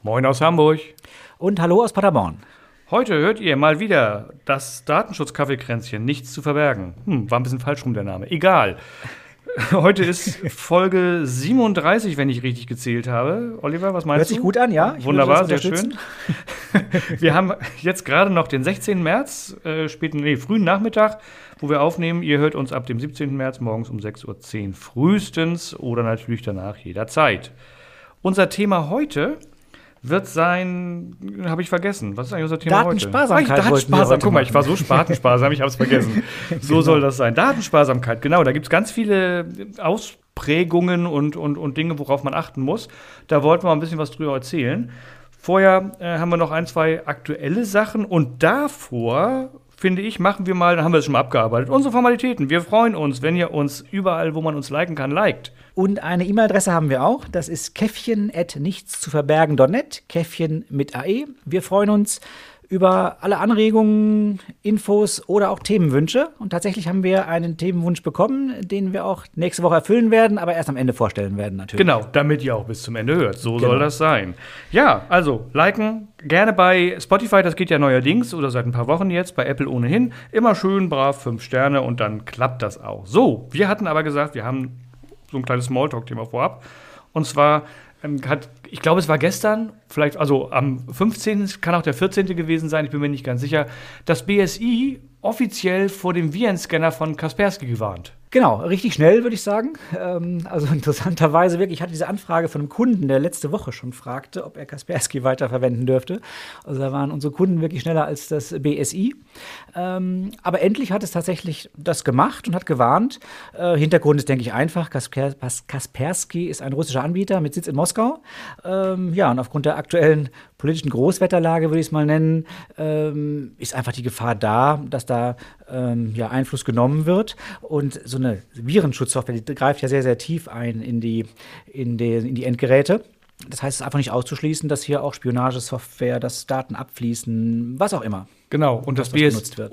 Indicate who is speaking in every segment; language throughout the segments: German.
Speaker 1: Moin aus Hamburg.
Speaker 2: Und hallo aus Paderborn.
Speaker 1: Heute hört ihr mal wieder das Datenschutz-Kaffeekränzchen, nichts zu verbergen. War ein bisschen falsch rum der Name. Egal. Heute ist Folge 37, wenn ich richtig gezählt habe. Oliver, was meinst du?
Speaker 2: Hört sich gut an, ja?
Speaker 1: Wunderbar, sehr schön. Wir haben jetzt gerade noch den 16. März, frühen Nachmittag, wo wir aufnehmen. Ihr hört uns ab dem 17. März morgens um 6:10 Uhr frühestens oder natürlich danach jederzeit. Unser Thema heute wird sein, habe ich vergessen. Was ist eigentlich unser Thema heute?
Speaker 2: Datensparsamkeit.
Speaker 1: Guck mal, ich war so spartensparsam, ich habe es vergessen. So soll das sein. Datensparsamkeit, genau. Da gibt es ganz viele Ausprägungen und Dinge, worauf man achten muss. Da wollten wir mal ein bisschen was drüber erzählen. Vorher haben wir noch ein, zwei aktuelle Sachen. Und davor, finde ich, machen wir mal, dann haben wir es schon mal abgearbeitet, unsere Formalitäten. Wir freuen uns, wenn ihr uns überall, wo man uns liken kann, liked.
Speaker 2: Und eine E-Mail-Adresse haben wir auch. Das ist käffchen@nichtszuverbergen.net. Käffchen mit AE. Wir freuen uns über alle Anregungen, Infos oder auch Themenwünsche. Und tatsächlich haben wir einen Themenwunsch bekommen, den wir auch nächste Woche erfüllen werden, aber erst am Ende vorstellen werden natürlich.
Speaker 1: Genau, damit ihr auch bis zum Ende hört. So soll das sein. Ja, also liken gerne bei Spotify, das geht ja neuerdings oder seit ein paar Wochen jetzt, bei Apple ohnehin. Immer schön brav 5 Sterne und dann klappt das auch. So, wir hatten aber gesagt, wir haben so ein kleines Smalltalk-Thema vorab. Und zwar ich glaube, es war gestern, vielleicht, also am 15., kann auch der 14. gewesen sein, ich bin mir nicht ganz sicher, das BSI offiziell vor dem Virenscanner von Kaspersky gewarnt.
Speaker 2: Genau, richtig schnell, würde ich sagen. Also interessanterweise wirklich, ich hatte diese Anfrage von einem Kunden, der letzte Woche schon fragte, ob er Kaspersky weiterverwenden dürfte. Also da waren unsere Kunden wirklich schneller als das BSI. Aber endlich hat es tatsächlich das gemacht und hat gewarnt. Hintergrund ist, denke ich, einfach. Kaspersky ist ein russischer Anbieter mit Sitz in Moskau. Und aufgrund der aktuellen politischen Großwetterlage, würde ich es mal nennen, ist einfach die Gefahr da, dass da Einfluss genommen wird. Und so eine Virenschutzsoftware, die greift ja sehr, sehr tief ein in die Endgeräte. Das heißt, es ist einfach nicht auszuschließen, dass hier auch Spionagesoftware, dass Daten abfließen, was auch immer.
Speaker 1: Genau, und das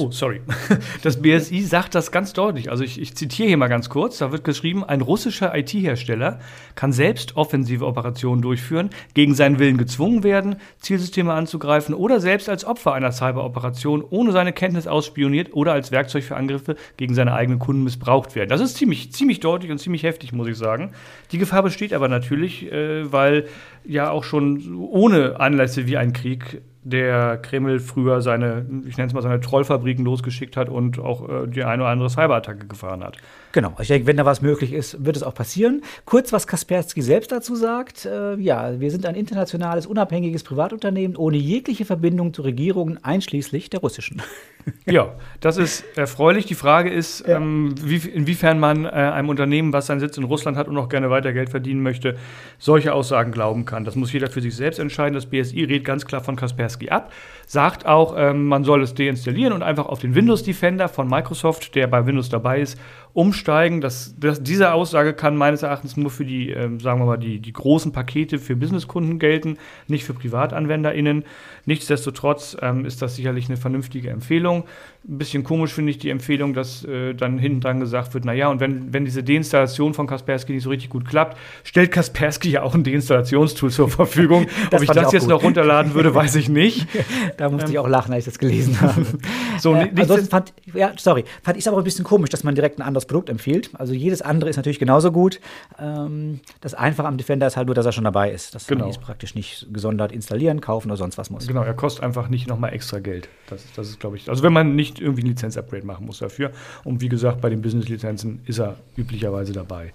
Speaker 1: BSI sagt das ganz deutlich. Also ich zitiere hier mal ganz kurz, da wird geschrieben, ein russischer IT-Hersteller kann selbst offensive Operationen durchführen, gegen seinen Willen gezwungen werden, Zielsysteme anzugreifen oder selbst als Opfer einer Cyberoperation ohne seine Kenntnis ausspioniert oder als Werkzeug für Angriffe gegen seine eigenen Kunden missbraucht werden. Das ist ziemlich deutlich und ziemlich heftig, muss ich sagen. Die Gefahr besteht aber natürlich, weil ja auch schon ohne Anlässe wie ein Krieg der Kreml früher seine Trollfabriken losgeschickt hat und auch die eine oder andere Cyberattacke gefahren hat.
Speaker 2: Genau, ich denke, wenn da was möglich ist, wird es auch passieren. Kurz, was Kaspersky selbst dazu sagt. Wir sind ein internationales, unabhängiges Privatunternehmen ohne jegliche Verbindung zu Regierungen, einschließlich der russischen.
Speaker 1: Ja, das ist erfreulich. Die Frage ist, inwiefern man einem Unternehmen, was seinen Sitz in Russland hat und noch gerne weiter Geld verdienen möchte, solche Aussagen glauben kann. Das muss jeder für sich selbst entscheiden. Das BSI rät ganz klar von Kaspersky ab, sagt auch, man soll es deinstallieren und einfach auf den Windows Defender von Microsoft, der bei Windows dabei ist, umsteigen. Diese Aussage kann meines Erachtens nur für die, die großen Pakete für Businesskunden gelten, nicht für PrivatanwenderInnen. Nichtsdestotrotz ist das sicherlich eine vernünftige Empfehlung. Ein bisschen komisch finde ich die Empfehlung, dass dann hinten dran gesagt wird, naja, und wenn diese Deinstallation von Kaspersky nicht so richtig gut klappt, stellt Kaspersky ja auch ein Deinstallationstool zur Verfügung. Ob ich das jetzt noch runterladen würde, weiß ich nicht.
Speaker 2: Da musste ich auch lachen, als ich das gelesen habe. Ansonsten fand ich es aber ein bisschen komisch, dass man direkt ein anderes Produkt empfiehlt. Also jedes andere ist natürlich genauso gut. Das Einfache am Defender ist halt nur, dass er schon dabei ist. Dass man es praktisch nicht gesondert installieren, kaufen oder sonst was muss.
Speaker 1: Genau, er kostet einfach nicht nochmal extra Geld. Das ist, glaube ich, also wenn man nicht irgendwie ein Lizenz-Upgrade machen muss dafür. Und wie gesagt, bei den Business-Lizenzen ist er üblicherweise dabei.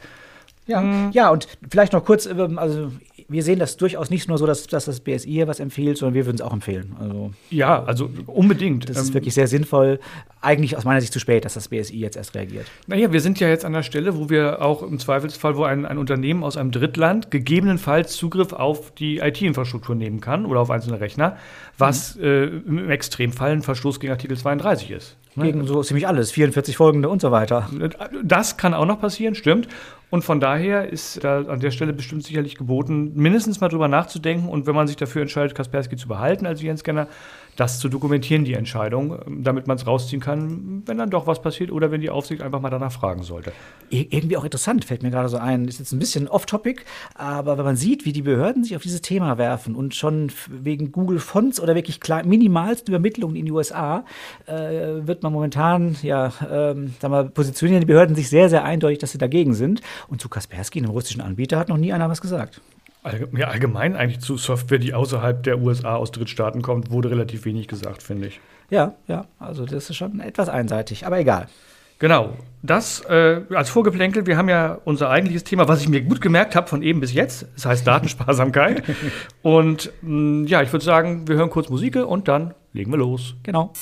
Speaker 2: Ja, und vielleicht noch kurz, also wir sehen das durchaus nicht nur so, dass das BSI hier was empfiehlt, sondern wir würden es auch empfehlen.
Speaker 1: Also unbedingt.
Speaker 2: Das ist wirklich sehr sinnvoll. Eigentlich aus meiner Sicht zu spät, dass das BSI jetzt erst reagiert.
Speaker 1: Naja, wir sind ja jetzt an der Stelle, wo wir auch im Zweifelsfall, wo ein Unternehmen aus einem Drittland gegebenenfalls Zugriff auf die IT-Infrastruktur nehmen kann oder auf einzelne Rechner, was im Extremfall ein Verstoß gegen Artikel 32 ist.
Speaker 2: Gegen so ziemlich alles, 44 folgende und so weiter.
Speaker 1: Das kann auch noch passieren, stimmt. Und von daher ist da an der Stelle bestimmt sicherlich geboten, mindestens mal drüber nachzudenken. Und wenn man sich dafür entscheidet, Kaspersky zu behalten als Virenscanner, das zu dokumentieren, die Entscheidung, damit man es rausziehen kann, wenn dann doch was passiert oder wenn die Aufsicht einfach mal danach fragen sollte.
Speaker 2: Irgendwie auch interessant, fällt mir gerade so ein. Ist jetzt ein bisschen off-topic, aber wenn man sieht, wie die Behörden sich auf dieses Thema werfen und schon wegen Google Fonts oder wirklich minimalsten Übermittlungen in die USA, wird man momentan, positionieren die Behörden sich sehr, sehr eindeutig, dass sie dagegen sind. Und zu Kaspersky, einem russischen Anbieter, hat noch nie einer was gesagt.
Speaker 1: Ja, allgemein eigentlich zu Software, die außerhalb der USA aus Drittstaaten kommt, wurde relativ wenig gesagt, finde ich.
Speaker 2: Ja, also das ist schon etwas einseitig, aber egal.
Speaker 1: Genau, das als Vorgeplänkel. Wir haben ja unser eigentliches Thema, was ich mir gut gemerkt habe von eben bis jetzt. Das heißt Datensparsamkeit. Und ich würde sagen, wir hören kurz Musik und dann legen wir los.
Speaker 2: Genau.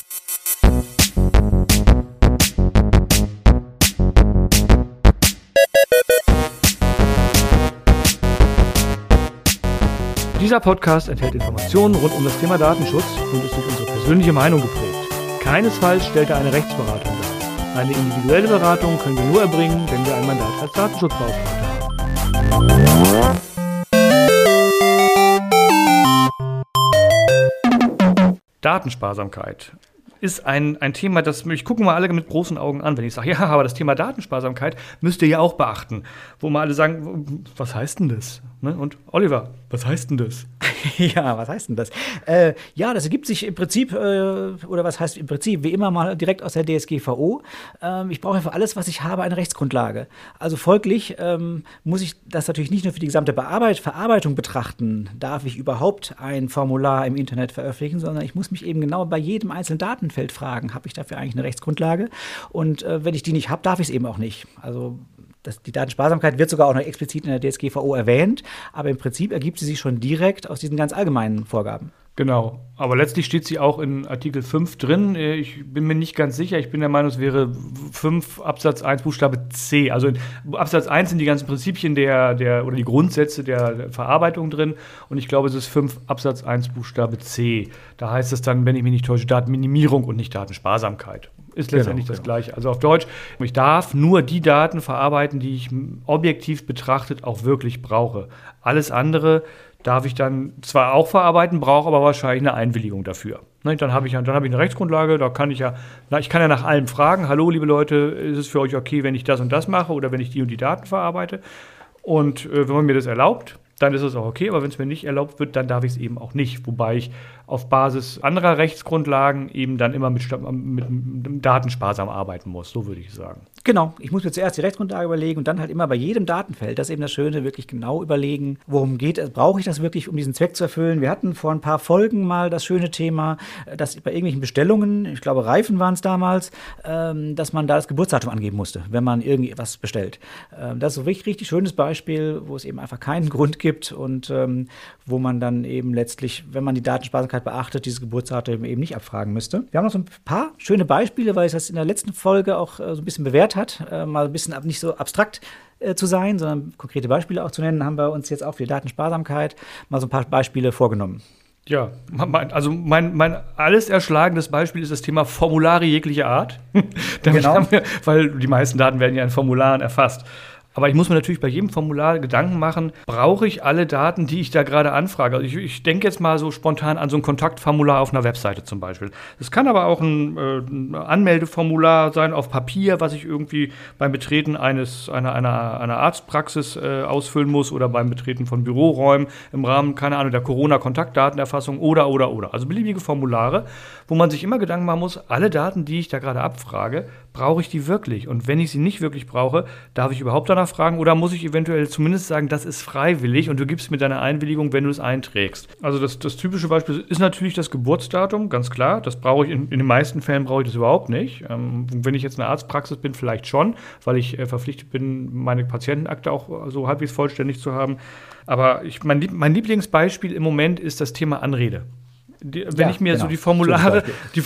Speaker 1: Dieser Podcast enthält Informationen rund um das Thema Datenschutz und ist durch unsere persönliche Meinung geprägt. Keinesfalls stellt er eine Rechtsberatung dar. Eine individuelle Beratung können wir nur erbringen, wenn wir ein Mandat als Datenschutzbeauftragter haben. Datensparsamkeit ist ein Thema, das mich gucken wir alle mit großen Augen an, wenn ich sage, ja, aber das Thema Datensparsamkeit müsst ihr ja auch beachten. Wo mal alle sagen, was heißt denn das? Ne? Und Oliver, was heißt denn das?
Speaker 2: Ja, was heißt denn das? Das ergibt sich im Prinzip, oder was heißt im Prinzip, wie immer mal direkt aus der DSGVO. Ich brauche für alles, was ich habe, eine Rechtsgrundlage. Also folglich muss ich das natürlich nicht nur für die gesamte Verarbeitung betrachten, darf ich überhaupt ein Formular im Internet veröffentlichen, sondern ich muss mich eben genau bei jedem einzelnen Datenfeld fragen, habe ich dafür eigentlich eine Rechtsgrundlage? Und wenn ich die nicht habe, darf ich es eben auch nicht. Also die Datensparsamkeit wird sogar auch noch explizit in der DSGVO erwähnt, aber im Prinzip ergibt sie sich schon direkt aus diesen ganz allgemeinen Vorgaben.
Speaker 1: Genau, aber letztlich steht sie auch in Artikel 5 drin. Ich bin mir nicht ganz sicher, ich bin der Meinung, es wäre 5 Absatz 1 Buchstabe C. Also in Absatz 1 sind die ganzen Prinzipien oder die Grundsätze der Verarbeitung drin und ich glaube, es ist 5 Absatz 1 Buchstabe C. Da heißt es dann, wenn ich mich nicht täusche, Datenminimierung und nicht Datensparsamkeit. Ist letztendlich das Gleiche. Also auf Deutsch, ich darf nur die Daten verarbeiten, die ich objektiv betrachtet auch wirklich brauche. Alles andere darf ich dann zwar auch verarbeiten, brauche aber wahrscheinlich eine Einwilligung dafür. Ne, dann habe ich eine Rechtsgrundlage, ich kann ja nach allem fragen, hallo liebe Leute, ist es für euch okay, wenn ich das und das mache oder wenn ich die und die Daten verarbeite? Und wenn man mir das erlaubt, dann ist es auch okay, aber wenn es mir nicht erlaubt wird, dann darf ich es eben auch nicht. Wobei ich auf Basis anderer Rechtsgrundlagen eben dann immer mit datensparsam arbeiten muss, so würde ich sagen.
Speaker 2: Genau, ich muss mir zuerst die Rechtsgrundlage überlegen und dann halt immer bei jedem Datenfeld, das ist eben das Schöne, wirklich genau überlegen, worum geht es, brauche ich das wirklich, um diesen Zweck zu erfüllen. Wir hatten vor ein paar Folgen mal das schöne Thema, dass bei irgendwelchen Bestellungen, ich glaube Reifen waren es damals, dass man da das Geburtsdatum angeben musste, wenn man irgendwas bestellt. Das ist so ein richtig schönes Beispiel, wo es eben einfach keinen Grund gibt und wo man dann eben letztlich, wenn man die Datensparsamkeit beachtet, dieses Geburtsdatum eben nicht abfragen müsste. Wir haben noch so ein paar schöne Beispiele, weil es das in der letzten Folge auch so ein bisschen bewährt hat, mal ein bisschen nicht so abstrakt zu sein, sondern konkrete Beispiele auch zu nennen, haben wir uns jetzt auch für die Datensparsamkeit mal so ein paar Beispiele vorgenommen.
Speaker 1: Ja, also mein alles erschlagendes Beispiel ist das Thema Formulare jeglicher Art.
Speaker 2: Genau.
Speaker 1: Weil die meisten Daten werden ja in Formularen erfasst. Aber ich muss mir natürlich bei jedem Formular Gedanken machen, brauche ich alle Daten, die ich da gerade anfrage? Also ich denke jetzt mal so spontan an so ein Kontaktformular auf einer Webseite zum Beispiel. Das kann aber auch ein Anmeldeformular sein auf Papier, was ich irgendwie beim Betreten einer Arztpraxis ausfüllen muss oder beim Betreten von Büroräumen im Rahmen, keine Ahnung, der Corona-Kontaktdatenerfassung oder. Also beliebige Formulare, wo man sich immer Gedanken machen muss, alle Daten, die ich da gerade abfrage, brauche ich die wirklich? Und wenn ich sie nicht wirklich brauche, darf ich überhaupt danach fragen oder muss ich eventuell zumindest sagen, das ist freiwillig und du gibst mir deine Einwilligung, wenn du es einträgst. Also das typische Beispiel ist natürlich das Geburtsdatum, ganz klar. Das brauche ich, in den meisten Fällen brauche ich das überhaupt nicht. Wenn ich jetzt in einer Arztpraxis bin, vielleicht schon, weil ich verpflichtet bin, meine Patientenakte auch so halbwegs vollständig zu haben. Aber mein Lieblingsbeispiel im Moment ist das Thema Anrede. Wenn ich mir so die Formulare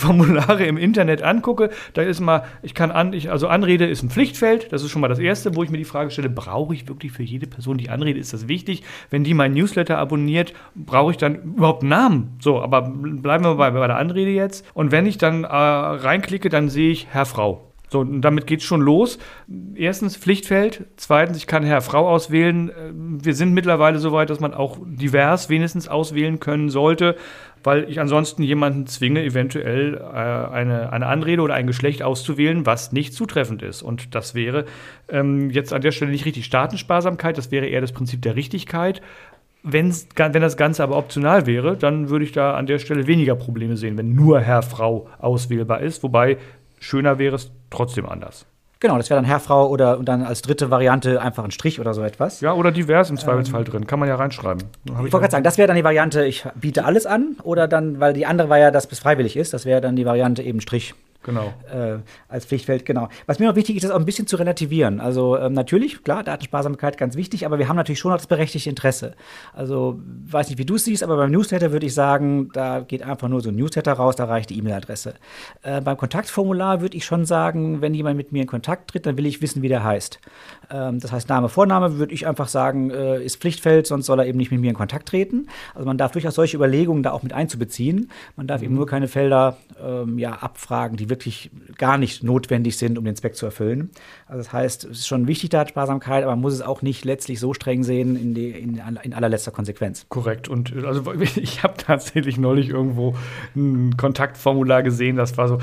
Speaker 1: im Internet angucke, da ist mal, also Anrede ist ein Pflichtfeld, das ist schon mal das Erste, wo ich mir die Frage stelle, brauche ich wirklich für jede Person die Anrede, ist das wichtig? Wenn die mein Newsletter abonniert, brauche ich dann überhaupt einen Namen? So, aber bleiben wir bei der Anrede jetzt. Und wenn ich dann reinklicke, dann sehe ich Herr, Frau. So, und damit geht es schon los. Erstens Pflichtfeld, zweitens, ich kann Herr, Frau auswählen. Wir sind mittlerweile so weit, dass man auch divers wenigstens auswählen können sollte, weil ich ansonsten jemanden zwinge, eventuell eine Anrede oder ein Geschlecht auszuwählen, was nicht zutreffend ist. Und das wäre jetzt an der Stelle nicht richtig Datensparsamkeit, das wäre eher das Prinzip der Richtigkeit. Wenn das Ganze aber optional wäre, dann würde ich da an der Stelle weniger Probleme sehen, wenn nur Herr, Frau auswählbar ist, wobei schöner wäre es trotzdem anders.
Speaker 2: Genau, das wäre dann Herr, Frau oder und dann als dritte Variante einfach ein Strich oder so etwas.
Speaker 1: Ja, oder divers im Zweifelsfall drin. Kann man ja reinschreiben.
Speaker 2: Ich wollte gerade sagen, das wäre dann die Variante, ich biete alles an. Oder dann, weil die andere war ja, dass es freiwillig ist, das wäre dann die Variante eben Strich.
Speaker 1: Genau.
Speaker 2: Als Pflichtfeld, genau. Was mir noch wichtig ist, das auch ein bisschen zu relativieren. Also natürlich, klar, Datensparsamkeit ganz wichtig, aber wir haben natürlich schon noch das berechtigte Interesse. Also, weiß nicht, wie du es siehst, aber beim Newsletter würde ich sagen, da geht einfach nur so ein Newsletter raus, da reicht die E-Mail-Adresse. Beim Kontaktformular würde ich schon sagen, wenn jemand mit mir in Kontakt tritt, dann will ich wissen, wie der heißt. Das heißt, Name, Vorname würde ich einfach sagen, ist Pflichtfeld, sonst soll er eben nicht mit mir in Kontakt treten. Also man darf durchaus solche Überlegungen da auch mit einzubeziehen. Man darf eben nur keine Felder abfragen, die wirklich gar nicht notwendig sind, um den Zweck zu erfüllen. Also das heißt, es ist schon wichtig, Datensparsamkeit, aber man muss es auch nicht letztlich so streng sehen in allerletzter Konsequenz.
Speaker 1: Korrekt. Und also ich habe tatsächlich neulich irgendwo ein Kontaktformular gesehen, das war so,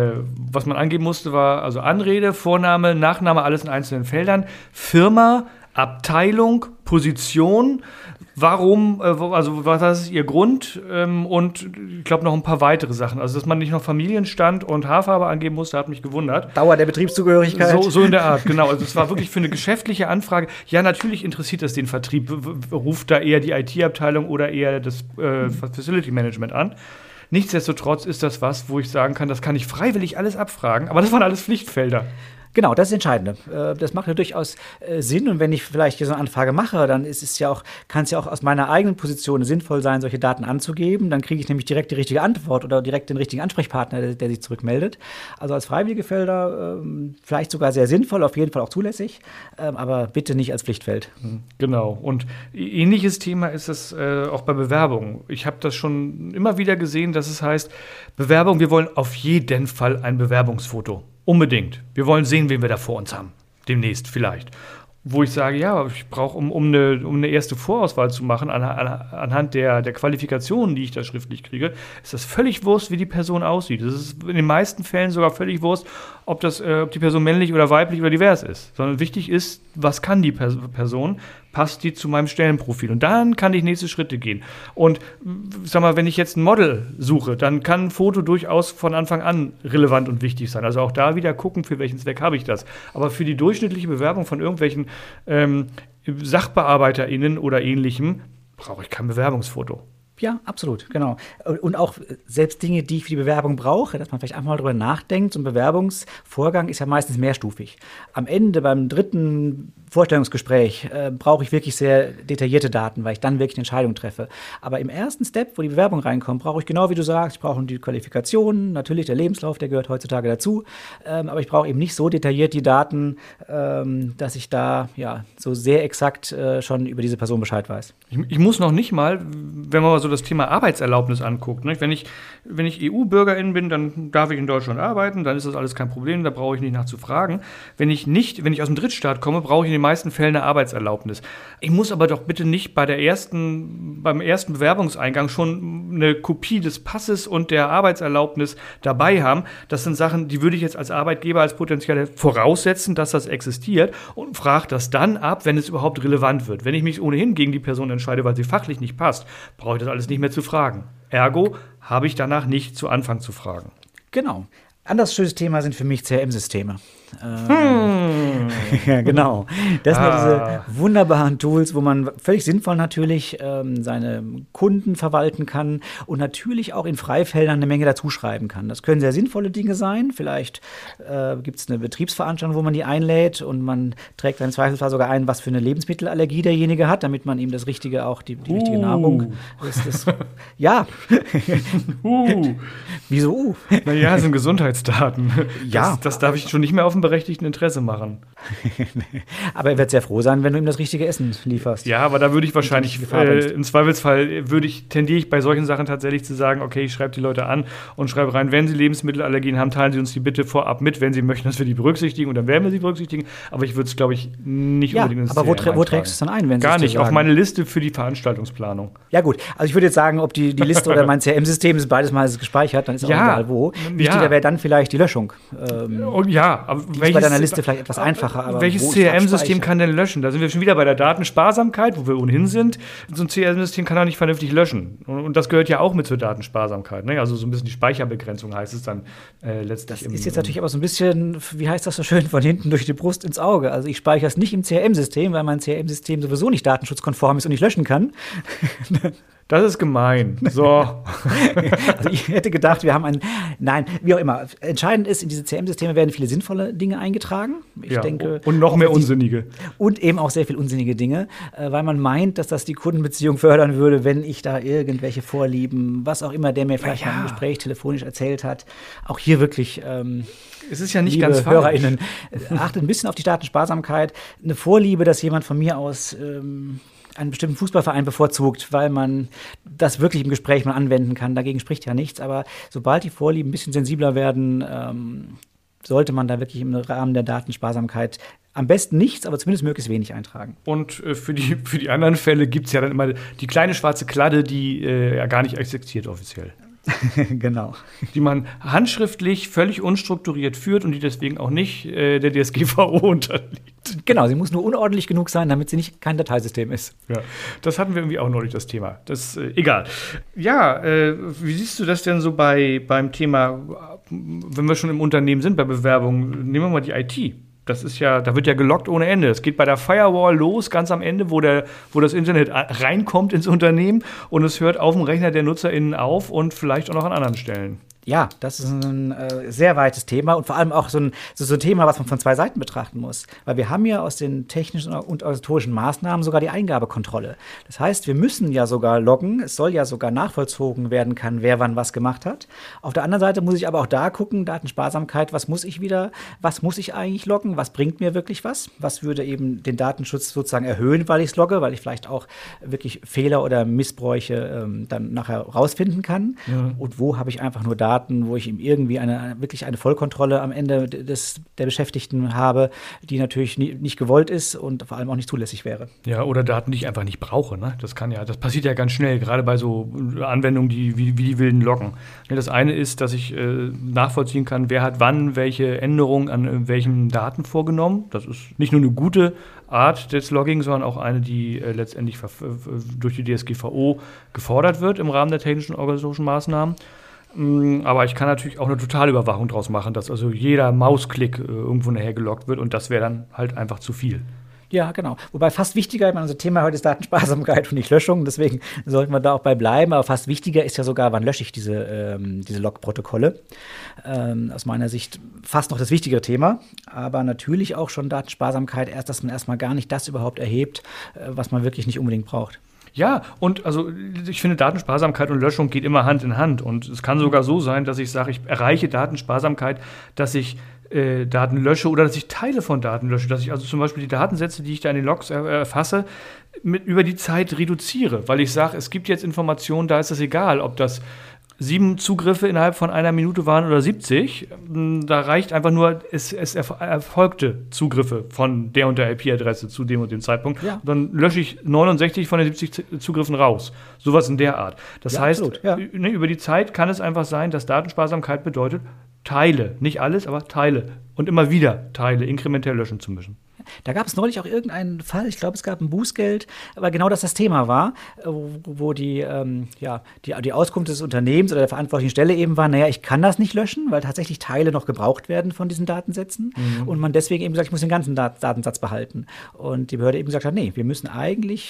Speaker 1: was man angeben musste, war also Anrede, Vorname, Nachname, alles in einzelnen Feldern, Firma, Abteilung, Position, warum, also was ist Ihr Grund und ich glaube noch ein paar weitere Sachen. Also dass man nicht noch Familienstand und Haarfarbe angeben musste, hat mich gewundert.
Speaker 2: Dauer der Betriebszugehörigkeit.
Speaker 1: So in der Art, genau. Also es war wirklich für eine geschäftliche Anfrage. Ja, natürlich interessiert das den Vertrieb. Ruft da eher die IT-Abteilung oder eher das Facility Management an. Nichtsdestotrotz ist das was, wo ich sagen kann, das kann ich freiwillig alles abfragen, aber das waren alles Pflichtfelder.
Speaker 2: Genau, das ist das Entscheidende. Das macht ja durchaus Sinn. Und wenn ich vielleicht hier so eine Anfrage mache, dann kann es ja auch aus meiner eigenen Position sinnvoll sein, solche Daten anzugeben. Dann kriege ich nämlich direkt die richtige Antwort oder direkt den richtigen Ansprechpartner, der sich zurückmeldet. Also als freiwillige Felder vielleicht sogar sehr sinnvoll, auf jeden Fall auch zulässig, aber bitte nicht als Pflichtfeld.
Speaker 1: Genau. Und ähnliches Thema ist es auch bei Bewerbungen. Ich habe das schon immer wieder gesehen, dass es heißt, Bewerbung, wir wollen auf jeden Fall ein Bewerbungsfoto. Unbedingt. Wir wollen sehen, wen wir da vor uns haben. Demnächst vielleicht. Wo ich sage, ja, ich brauche, um eine erste Vorauswahl zu machen, anhand der Qualifikationen, die ich da schriftlich kriege, ist das völlig Wurst, wie die Person aussieht. Es ist in den meisten Fällen sogar völlig Wurst, ob die Person männlich oder weiblich oder divers ist. Sondern wichtig ist, was kann die Person? Passt die zu meinem Stellenprofil? Und dann kann ich nächste Schritte gehen. Und sag mal, wenn ich jetzt ein Model suche, dann kann ein Foto durchaus von Anfang an relevant und wichtig sein. Also auch da wieder gucken, für welchen Zweck habe ich das. Aber für die durchschnittliche Bewerbung von irgendwelchen SachbearbeiterInnen oder Ähnlichem brauche ich kein Bewerbungsfoto.
Speaker 2: Ja, absolut, genau. Und auch selbst Dinge, die ich für die Bewerbung brauche, dass man vielleicht einfach mal drüber nachdenkt. So ein Bewerbungsvorgang ist ja meistens mehrstufig. Am Ende, beim dritten Vorstellungsgespräch, brauche ich wirklich sehr detaillierte Daten, weil ich dann wirklich eine Entscheidung treffe. Aber im ersten Step, wo die Bewerbung reinkommt, brauche ich genau wie du sagst, ich brauche die Qualifikationen, natürlich der Lebenslauf, der gehört heutzutage dazu. Aber ich brauche eben nicht so detailliert die Daten, dass ich da ja so sehr exakt schon über diese Person Bescheid weiß.
Speaker 1: Ich muss noch nicht mal, wenn man mal so das Thema Arbeitserlaubnis anguckt, ne? Wenn ich EU-Bürgerin bin, dann darf ich in Deutschland arbeiten, dann ist das alles kein Problem, da brauche ich nicht nachzufragen. Wenn ich aus dem Drittstaat komme, brauche ich in den meisten Fällen eine Arbeitserlaubnis. Ich muss aber doch bitte nicht beim ersten Bewerbungseingang schon eine Kopie des Passes und der Arbeitserlaubnis dabei haben. Das sind Sachen, die würde ich jetzt als Arbeitgeber als potenziell voraussetzen, dass das existiert und frage das dann ab, wenn es überhaupt relevant wird. Wenn ich mich ohnehin gegen die Person entscheide, weil sie fachlich nicht passt, brauche ich das alles nicht mehr zu fragen. Ergo habe ich danach nicht zu Anfang zu fragen.
Speaker 2: Genau. Anderes schönes Thema sind für mich CRM-Systeme. Ja, genau. Das sind diese wunderbaren Tools, wo man völlig sinnvoll natürlich seine Kunden verwalten kann und natürlich auch in Freifeldern eine Menge dazuschreiben kann. Das können sehr sinnvolle Dinge sein. Vielleicht gibt es eine Betriebsveranstaltung, wo man die einlädt und man trägt dann im Zweifelsfall sogar ein, was für eine Lebensmittelallergie derjenige hat, damit man ihm das Richtige, auch die richtige Nahrung. Ja.
Speaker 1: Wieso? Naja, das sind Gesundheitsdaten.
Speaker 2: Ja.
Speaker 1: Das darf ich schon nicht mehr auf waffenberechtigten Interesse machen.
Speaker 2: Aber er wird sehr froh sein, wenn du ihm das richtige Essen lieferst.
Speaker 1: Ja, aber da würde ich wahrscheinlich, im Zweifelsfall tendiere ich bei solchen Sachen tatsächlich zu sagen, okay, ich schreibe die Leute an und schreibe rein, wenn sie Lebensmittelallergien haben, teilen sie uns die bitte vorab mit, wenn sie möchten, dass wir die berücksichtigen, und dann werden wir sie berücksichtigen. Aber ich würde es, glaube ich, nicht unbedingt ins
Speaker 2: CRM eintragen. Wo trägst du es dann ein, wenn sie
Speaker 1: Gar nicht, auf meine Liste für die Veranstaltungsplanung.
Speaker 2: Ja gut, also ich würde jetzt sagen, ob die Liste oder mein CRM-System ist beides mal gespeichert, dann ist auch egal wo. Wichtiger wäre dann vielleicht die Löschung.
Speaker 1: Aber
Speaker 2: die ist bei deiner Liste vielleicht etwas einfacher. Aber
Speaker 1: welches CRM-System kann denn löschen? Da sind wir schon wieder bei der Datensparsamkeit, wo wir ohnehin sind. So ein CRM-System kann auch nicht vernünftig löschen. Und das gehört ja auch mit zur Datensparsamkeit. Ne? Also so ein bisschen die Speicherbegrenzung heißt es dann letztlich.
Speaker 2: Das ist jetzt natürlich aber so ein bisschen, wie heißt das so schön, von hinten durch die Brust ins Auge. Also ich speichere es nicht im CRM-System, weil mein CRM-System sowieso nicht datenschutzkonform ist und nicht löschen kann.
Speaker 1: Das ist gemein. So.
Speaker 2: Also ich hätte gedacht, wir haben nein, wie auch immer. Entscheidend ist, in diese CRM-Systeme werden viele sinnvolle Dinge eingetragen. Ich denke,
Speaker 1: und noch mehr unsinnige.
Speaker 2: Und eben auch sehr viel unsinnige Dinge, weil man meint, dass das die Kundenbeziehung fördern würde, wenn ich da irgendwelche Vorlieben, was auch immer, der mir vielleicht mal im Gespräch telefonisch erzählt hat, auch hier wirklich
Speaker 1: es ist ja nicht
Speaker 2: liebe
Speaker 1: ganz falsch.
Speaker 2: HörerInnen, achtet ein bisschen auf die Datensparsamkeit. Eine Vorliebe, dass jemand von mir aus einen bestimmten Fußballverein bevorzugt, weil man das wirklich im Gespräch mal anwenden kann. Dagegen spricht ja nichts. Aber sobald die Vorlieben ein bisschen sensibler werden, sollte man da wirklich im Rahmen der Datensparsamkeit am besten nichts, aber zumindest möglichst wenig eintragen.
Speaker 1: Und für die anderen Fälle gibt es ja dann immer die kleine schwarze Kladde, die ja gar nicht existiert offiziell.
Speaker 2: Genau.
Speaker 1: Die man handschriftlich völlig unstrukturiert führt und die deswegen auch nicht der DSGVO unterliegt.
Speaker 2: Genau, sie muss nur unordentlich genug sein, damit sie nicht kein Dateisystem ist.
Speaker 1: Ja, das hatten wir irgendwie auch neulich, das Thema. Das egal. Ja, wie siehst du das denn so beim Thema, wenn wir schon im Unternehmen sind, bei Bewerbungen, nehmen wir mal die IT. Das ist ja, da wird ja gelockt ohne Ende. Es geht bei der Firewall los, ganz am Ende, wo das Internet reinkommt ins Unternehmen, und es hört auf dem Rechner der NutzerInnen auf und vielleicht auch noch an anderen Stellen.
Speaker 2: Ja, das ist ein sehr weites Thema und vor allem auch so ein Thema, was man von zwei Seiten betrachten muss. Weil wir haben ja aus den technischen und organisatorischen Maßnahmen sogar die Eingabekontrolle. Das heißt, wir müssen ja sogar loggen, es soll ja sogar nachvollzogen werden können, wer wann was gemacht hat. Auf der anderen Seite muss ich aber auch da gucken, Datensparsamkeit, was muss ich eigentlich loggen, was bringt mir wirklich was würde eben den Datenschutz sozusagen erhöhen, weil ich es logge, weil ich vielleicht auch wirklich Fehler oder Missbräuche dann nachher rausfinden kann. Ja. Und wo habe ich einfach nur Daten, wo ich ihm irgendwie wirklich eine Vollkontrolle am Ende der Beschäftigten habe, die natürlich nicht gewollt ist und vor allem auch nicht zulässig wäre.
Speaker 1: Ja, oder Daten, die ich einfach nicht brauche. Ne? Das passiert ja ganz schnell, gerade bei so Anwendungen, wie die wilden Loggen. Das eine ist, dass ich nachvollziehen kann, wer hat wann welche Änderungen an welchen Daten vorgenommen. Das ist nicht nur eine gute Art des Logging, sondern auch eine, die letztendlich durch die DSGVO gefordert wird im Rahmen der technischen und organisatorischen Maßnahmen. Aber ich kann natürlich auch eine Totalüberwachung draus machen, dass also jeder Mausklick irgendwo nachher geloggt wird, und das wäre dann halt einfach zu viel.
Speaker 2: Ja, genau. Wobei fast wichtiger, unser Thema heute ist Datensparsamkeit und nicht Löschung, deswegen sollten wir da auch bei bleiben. Aber fast wichtiger ist ja sogar, wann lösche ich diese Log-Protokolle. Aus meiner Sicht fast noch das wichtigere Thema, aber natürlich auch schon Datensparsamkeit, dass man erstmal gar nicht das überhaupt erhebt, was man wirklich nicht unbedingt braucht.
Speaker 1: Ja, und also ich finde, Datensparsamkeit und Löschung geht immer Hand in Hand. Und es kann sogar so sein, dass ich sage, ich erreiche Datensparsamkeit, dass ich Daten lösche oder dass ich Teile von Daten lösche. Dass ich also zum Beispiel die Datensätze, die ich da in den Logs erfasse, über die Zeit reduziere. Weil ich sage, es gibt jetzt Informationen, da ist es egal, ob das 7 Zugriffe innerhalb von einer Minute waren oder 70. Da reicht einfach nur, es erfolgte Zugriffe von der und der IP-Adresse zu dem und dem Zeitpunkt. Ja. Dann lösche ich 69 von den 70 Zugriffen raus. Sowas in der Art. Das heißt, absolut, ja. Über die Zeit kann es einfach sein, dass Datensparsamkeit bedeutet, Teile, nicht alles, aber Teile und immer wieder Teile inkrementell löschen zu müssen.
Speaker 2: Da gab es neulich auch irgendeinen Fall, ich glaube, es gab ein Bußgeld, aber genau das Thema war, wo die Auskunft des Unternehmens oder der verantwortlichen Stelle eben war, ich kann das nicht löschen, weil tatsächlich Teile noch gebraucht werden von diesen Datensätzen und man deswegen eben sagt, ich muss den ganzen Datensatz behalten. Und die Behörde eben gesagt hat, nee, wir müssen eigentlich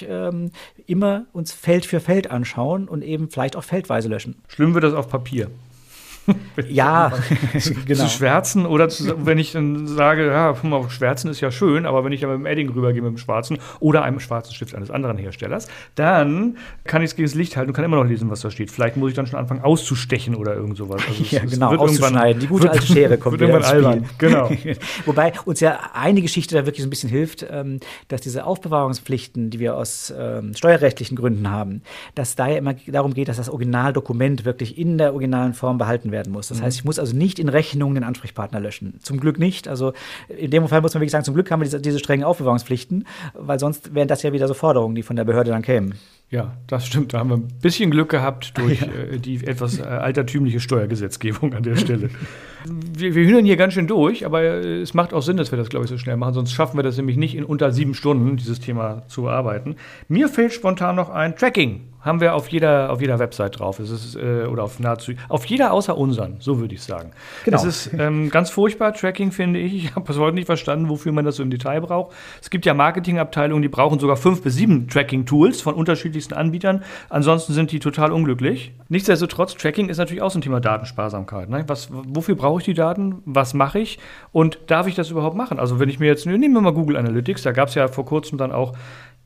Speaker 2: immer uns Feld für Feld anschauen und eben vielleicht auch feldweise löschen.
Speaker 1: Schlimm wird das auf Papier.
Speaker 2: Ja,
Speaker 1: genau. Zu schwärzen oder wenn ich dann sage, ja, schwärzen ist ja schön, aber wenn ich dann mit dem Edding rübergehe mit dem schwarzen oder einem schwarzen Stift eines anderen Herstellers, dann kann ich es gegen das Licht halten und kann immer noch lesen, was da steht. Vielleicht muss ich dann schon anfangen auszustechen oder irgend sowas. Also
Speaker 2: ja, genau, auszuschneiden. Die gute alte Schere kommt wieder ins Spiel.
Speaker 1: Genau.
Speaker 2: Wobei uns ja eine Geschichte da wirklich so ein bisschen hilft, dass diese Aufbewahrungspflichten, die wir aus steuerrechtlichen Gründen haben, dass da ja immer darum geht, dass das Originaldokument wirklich in der originalen Form behalten werden muss. Das heißt, ich muss also nicht in Rechnungen den Ansprechpartner löschen. Zum Glück nicht. Also in dem Fall muss man wirklich sagen, zum Glück haben wir diese strengen Aufbewahrungspflichten, weil sonst wären das ja wieder so Forderungen, die von der Behörde dann kämen.
Speaker 1: Ja, das stimmt. Da haben wir ein bisschen Glück gehabt durch die etwas altertümliche Steuergesetzgebung an der Stelle. Wir hühnern hier ganz schön durch, aber es macht auch Sinn, dass wir das, glaube ich, so schnell machen. Sonst schaffen wir das nämlich nicht in unter 7 Stunden, dieses Thema zu bearbeiten. Mir fällt spontan noch ein Tracking. Haben wir auf jeder Website drauf. Es ist, oder auf jeder außer unseren, so würde ich sagen. Genau. Es ist ganz furchtbar, Tracking, finde ich. Ich habe bis heute nicht verstanden, wofür man das so im Detail braucht. Es gibt ja Marketingabteilungen, die brauchen sogar 5 bis 7 Tracking-Tools von unterschiedlichsten Anbietern. Ansonsten sind die total unglücklich. Nichtsdestotrotz, Tracking ist natürlich auch so ein Thema Datensparsamkeit. Ne? Wofür brauche ich die Daten? Was mache ich? Und darf ich das überhaupt machen? Also wenn ich mir jetzt, nehmen wir mal Google Analytics, da gab es ja vor kurzem dann auch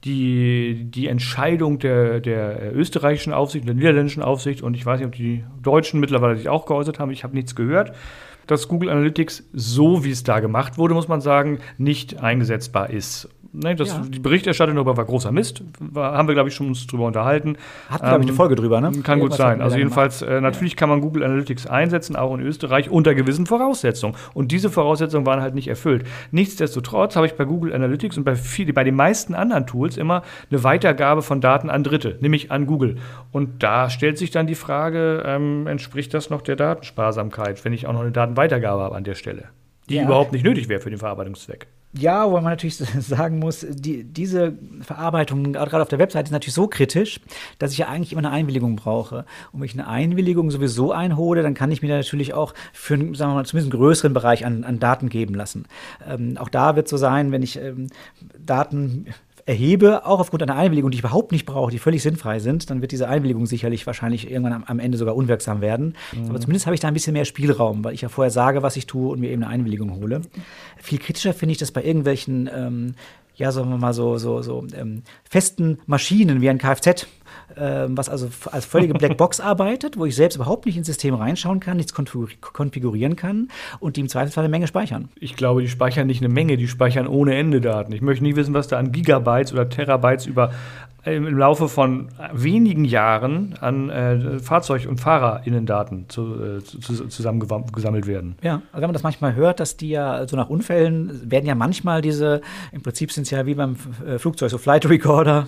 Speaker 1: die Entscheidung der österreichischen Aufsicht, der niederländischen Aufsicht und ich weiß nicht, ob die Deutschen mittlerweile sich auch geäußert haben, ich habe nichts gehört, dass Google Analytics, so wie es da gemacht wurde, muss man sagen, nicht eingesetzbar ist. Ne, die Berichterstattung darüber war großer Mist. Haben wir, glaube ich, schon uns drüber unterhalten.
Speaker 2: Hatten, glaube ich, eine Folge drüber, ne?
Speaker 1: Kann gut sein. Also jedenfalls, natürlich kann man Google Analytics einsetzen, auch in Österreich, unter gewissen Voraussetzungen. Und diese Voraussetzungen waren halt nicht erfüllt. Nichtsdestotrotz habe ich bei Google Analytics und bei den meisten anderen Tools immer eine Weitergabe von Daten an Dritte, nämlich an Google. Und da stellt sich dann die Frage, entspricht das noch der Datensparsamkeit, wenn ich auch noch eine Datenweitergabe habe an der Stelle, die überhaupt nicht nötig wäre für den Verarbeitungszweck?
Speaker 2: Ja, wobei man natürlich sagen muss, diese Verarbeitung, gerade auf der Webseite, ist natürlich so kritisch, dass ich ja eigentlich immer eine Einwilligung brauche. Und wenn ich eine Einwilligung sowieso einhole, dann kann ich mir da natürlich auch für, sagen wir mal, zumindest einen größeren Bereich an Daten geben lassen. Auch da wird es so sein, wenn ich Daten erhebe, auch aufgrund einer Einwilligung, die ich überhaupt nicht brauche, die völlig sinnfrei sind, dann wird diese Einwilligung sicherlich wahrscheinlich irgendwann am Ende sogar unwirksam werden. Aber zumindest habe ich da ein bisschen mehr Spielraum, weil ich ja vorher sage, was ich tue und mir eben eine Einwilligung hole. Viel kritischer finde ich das bei irgendwelchen, sagen wir mal so festen Maschinen wie ein Kfz, was also als völlige Blackbox arbeitet, wo ich selbst überhaupt nicht ins System reinschauen kann, nichts konfigurieren kann und die im Zweifelsfall eine Menge speichern.
Speaker 1: Ich glaube, die speichern nicht eine Menge, die speichern ohne Ende Daten. Ich möchte nie wissen, was da an Gigabytes oder Terabytes im Laufe von wenigen Jahren an Fahrzeug- und FahrerInnen-Daten zusammengesammelt werden.
Speaker 2: Ja, also wenn man das manchmal hört, dass die ja so nach Unfällen werden ja manchmal im Prinzip sind es ja wie beim Flugzeug, so Flight Recorder,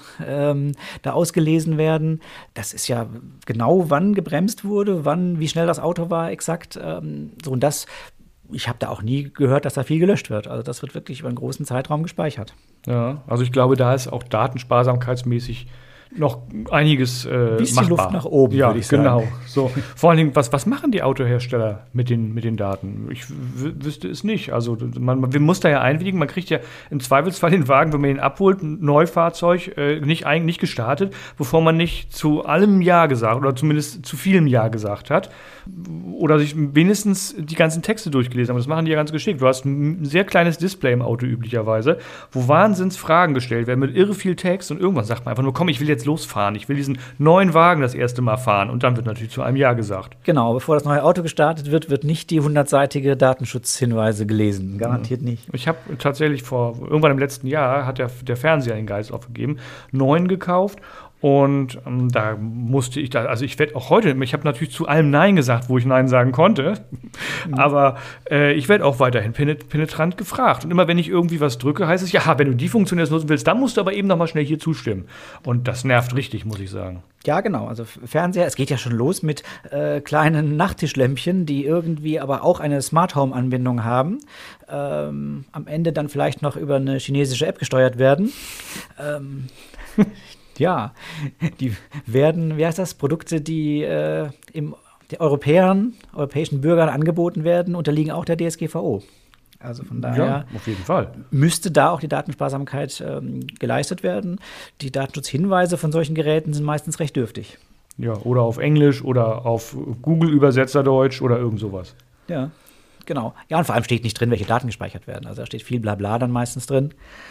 Speaker 2: da ausgelesen werden. Das ist ja genau, wann gebremst wurde, wie schnell das Auto war, exakt. Und ich habe da auch nie gehört, dass da viel gelöscht wird. Also das wird wirklich über einen großen Zeitraum gespeichert.
Speaker 1: Ja, also ich glaube, da ist auch datensparsamkeitsmäßig noch einiges
Speaker 2: bisschen Luft nach oben, würde ich sagen.
Speaker 1: Genau. So. Vor allen Dingen, was machen die Autohersteller mit den Daten? Ich wüsste es nicht. Also man muss da ja einwilligen. Man kriegt ja im Zweifelsfall den Wagen, wenn man ihn abholt, ein Neufahrzeug, nicht gestartet, bevor man nicht zu allem Ja gesagt oder zumindest zu vielem Ja gesagt hat. Oder sich wenigstens die ganzen Texte durchgelesen haben. Das machen die ja ganz geschickt. Du hast ein sehr kleines Display im Auto üblicherweise, wo Wahnsinnsfragen gestellt werden mit irre viel Text und irgendwann sagt man einfach nur, komm, ich will jetzt losfahren. Ich will diesen neuen Wagen das erste Mal fahren. Und dann wird natürlich zu einem Ja gesagt.
Speaker 2: Genau, bevor das neue Auto gestartet wird nicht die 100-seitige Datenschutzhinweise gelesen. Garantiert nicht.
Speaker 1: Ich habe tatsächlich irgendwann im letzten Jahr hat der Fernseher den Geist aufgegeben, 9 gekauft. Und da musste ich ich werde auch heute, ich habe natürlich zu allem Nein gesagt, wo ich Nein sagen konnte, aber ich werde auch weiterhin penetrant gefragt. Und immer wenn ich irgendwie was drücke, heißt es, ja, wenn du die Funktion jetzt nutzen willst, dann musst du aber eben noch mal schnell hier zustimmen. Und das nervt richtig, muss ich sagen.
Speaker 2: Ja, genau. Also Fernseher, es geht ja schon los mit kleinen Nachttischlämpchen, die irgendwie aber auch eine Smart Home Anbindung haben. Am Ende dann vielleicht noch über eine chinesische App gesteuert werden. Ja, die werden, Produkte, die den europäischen Bürgern angeboten werden, unterliegen auch der DSGVO. Also von daher
Speaker 1: ja, auf jeden Fall.
Speaker 2: Müsste da auch die Datensparsamkeit geleistet werden. Die Datenschutzhinweise von solchen Geräten sind meistens recht dürftig.
Speaker 1: Ja, oder auf Englisch oder auf Google-Übersetzer-Deutsch oder irgend sowas.
Speaker 2: Ja, genau. Ja, und vor allem steht nicht drin, welche Daten gespeichert werden. Also da steht viel Blabla dann meistens drin.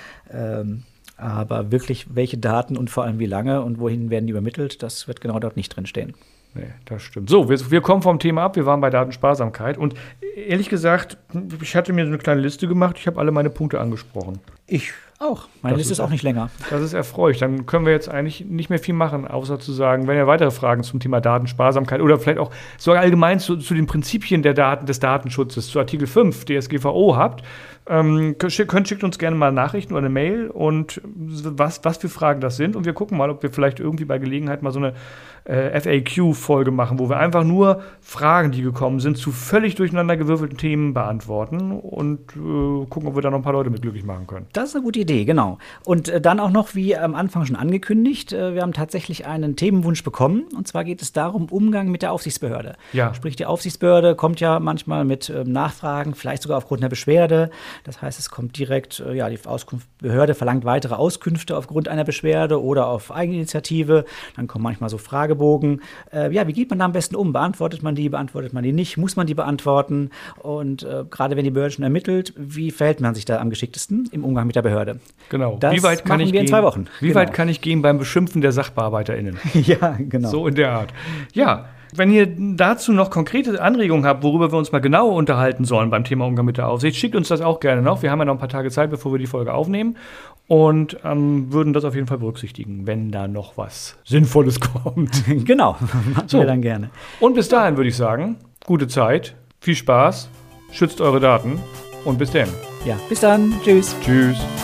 Speaker 2: Aber wirklich, welche Daten und vor allem wie lange und wohin werden die übermittelt, das wird genau dort nicht drin stehen.
Speaker 1: Nee, das stimmt. So, wir kommen vom Thema ab. Wir waren bei Datensparsamkeit. Und ehrlich gesagt, ich hatte mir so eine kleine Liste gemacht. Ich habe alle meine Punkte angesprochen.
Speaker 2: Ich auch. Meine Liste ist auch nicht länger.
Speaker 1: Das ist erfreulich. Dann können wir jetzt eigentlich nicht mehr viel machen, außer zu sagen, wenn ihr weitere Fragen zum Thema Datensparsamkeit oder vielleicht auch so allgemein zu den Prinzipien des Datenschutzes, zu Artikel 5 DSGVO habt, schickt uns gerne mal Nachrichten oder eine Mail und was für Fragen das sind. Und wir gucken mal, ob wir vielleicht irgendwie bei Gelegenheit mal so eine FAQ-Folge machen, wo wir einfach nur Fragen, die gekommen sind, zu völlig durcheinander gewürfelten Themen beantworten und gucken, ob wir da noch ein paar Leute mit glücklich machen können.
Speaker 2: Das ist eine gute Idee, genau. Und dann auch noch, wie am Anfang schon angekündigt, wir haben tatsächlich einen Themenwunsch bekommen. Und zwar geht es darum, Umgang mit der Aufsichtsbehörde.
Speaker 1: Ja.
Speaker 2: Sprich, die Aufsichtsbehörde kommt ja manchmal mit Nachfragen, vielleicht sogar aufgrund einer Beschwerde. Das heißt, es kommt direkt, die Behörde verlangt weitere Auskünfte aufgrund einer Beschwerde oder auf Eigeninitiative. Dann kommen manchmal so Fragebogen. Wie geht man da am besten um? Beantwortet man die nicht? Muss man die beantworten? Und gerade wenn die Behörde schon ermittelt, wie verhält man sich da am geschicktesten im Umgang mit der Behörde?
Speaker 1: Genau.
Speaker 2: Das
Speaker 1: wie weit kann
Speaker 2: machen
Speaker 1: ich
Speaker 2: wir in
Speaker 1: gehen?
Speaker 2: 2 Wochen.
Speaker 1: Wie weit kann ich gehen beim Beschimpfen der SachbearbeiterInnen?
Speaker 2: Ja, genau.
Speaker 1: So in der Art. Ja. Wenn ihr dazu noch konkrete Anregungen habt, worüber wir uns mal genauer unterhalten sollen beim Thema Umgang mit der Aufsicht, schickt uns das auch gerne noch. Wir haben ja noch ein paar Tage Zeit, bevor wir die Folge aufnehmen und würden das auf jeden Fall berücksichtigen, wenn da noch was Sinnvolles kommt.
Speaker 2: Genau, machen wir dann gerne.
Speaker 1: Und bis dahin würde ich sagen, gute Zeit, viel Spaß, schützt eure Daten und bis dann.
Speaker 2: Ja, bis dann. Tschüss.
Speaker 1: Tschüss.